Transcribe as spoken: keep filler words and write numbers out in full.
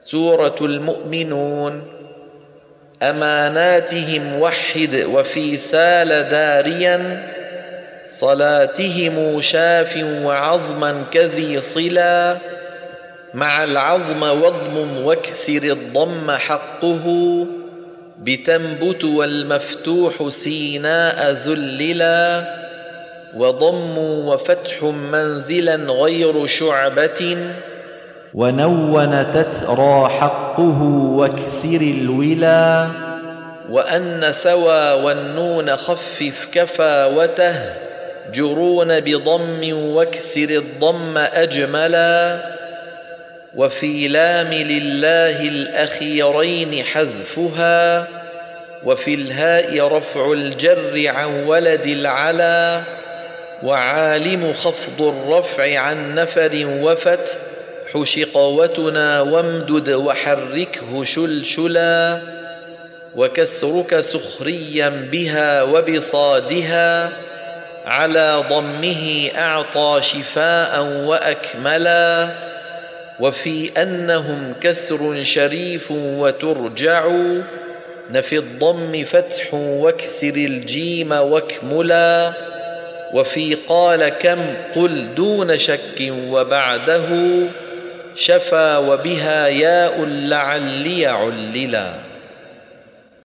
سورة المؤمنون. أماناتهم وحد وفي سال داريا، صلاتهم شاف وعظما كذي صلا، مع العظم واضمم واكسر الضم حقه، بتنبت والمفتوح سيناء ذللا، وضم وفتح منزلا غير شعبة، ونون تترى حقه واكسر الولا، وأن ثوى والنون خفف كفاوته، جرون بضم واكسر الضم أجملا، وفي لام لله الأخيرين حذفها، وفي الهاء رفع الجر عن ولد العلا، وعالم خفض الرفع عن نفر وفت، حشقوتنا وامدد وحركه شلشلا، وكسرك سخريا بها وبصادها، على ضمه أعطى شفاء وأكملا، وفي أنهم كسر شريف وترجع، نفي الضم فتح واكسر الجيم واكملا، وفي قال كم قل دون شك وبعده، شفا وبها ياء لعلي عللا.